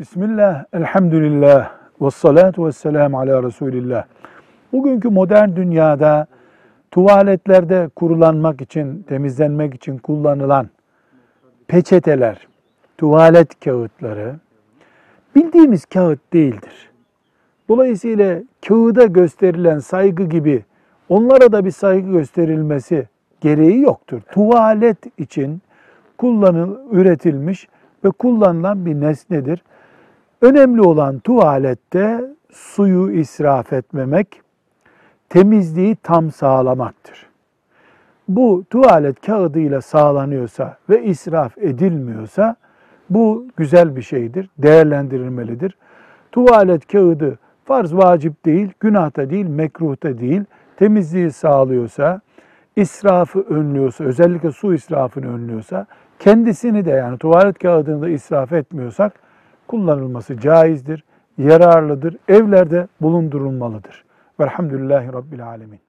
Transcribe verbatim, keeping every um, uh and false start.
Bismillah, elhamdülillah, ve salatu ve selamu ala Resulillah. Bugünkü modern dünyada tuvaletlerde kurulanmak için, temizlenmek için kullanılan peçeteler, tuvalet kağıtları bildiğimiz kağıt değildir. Dolayısıyla kağıda gösterilen saygı gibi onlara da bir saygı gösterilmesi gereği yoktur. Tuvalet için kullanıl, üretilmiş ve kullanılan bir nesnedir. Önemli olan tuvalette suyu israf etmemek, temizliği tam sağlamaktır. Bu tuvalet kağıdıyla sağlanıyorsa ve israf edilmiyorsa bu güzel bir şeydir, değerlendirilmelidir. Tuvalet kağıdı farz vacip değil, günahta değil, mekruhta değil, temizliği sağlıyorsa, israfı önlüyorsa, özellikle su israfını önlüyorsa, kendisini de yani tuvalet kağıdını da israf etmiyorsak kullanılması caizdir, yararlıdır, evlerde bulundurulmalıdır. Velhamdülillahi Rabbil Alemin.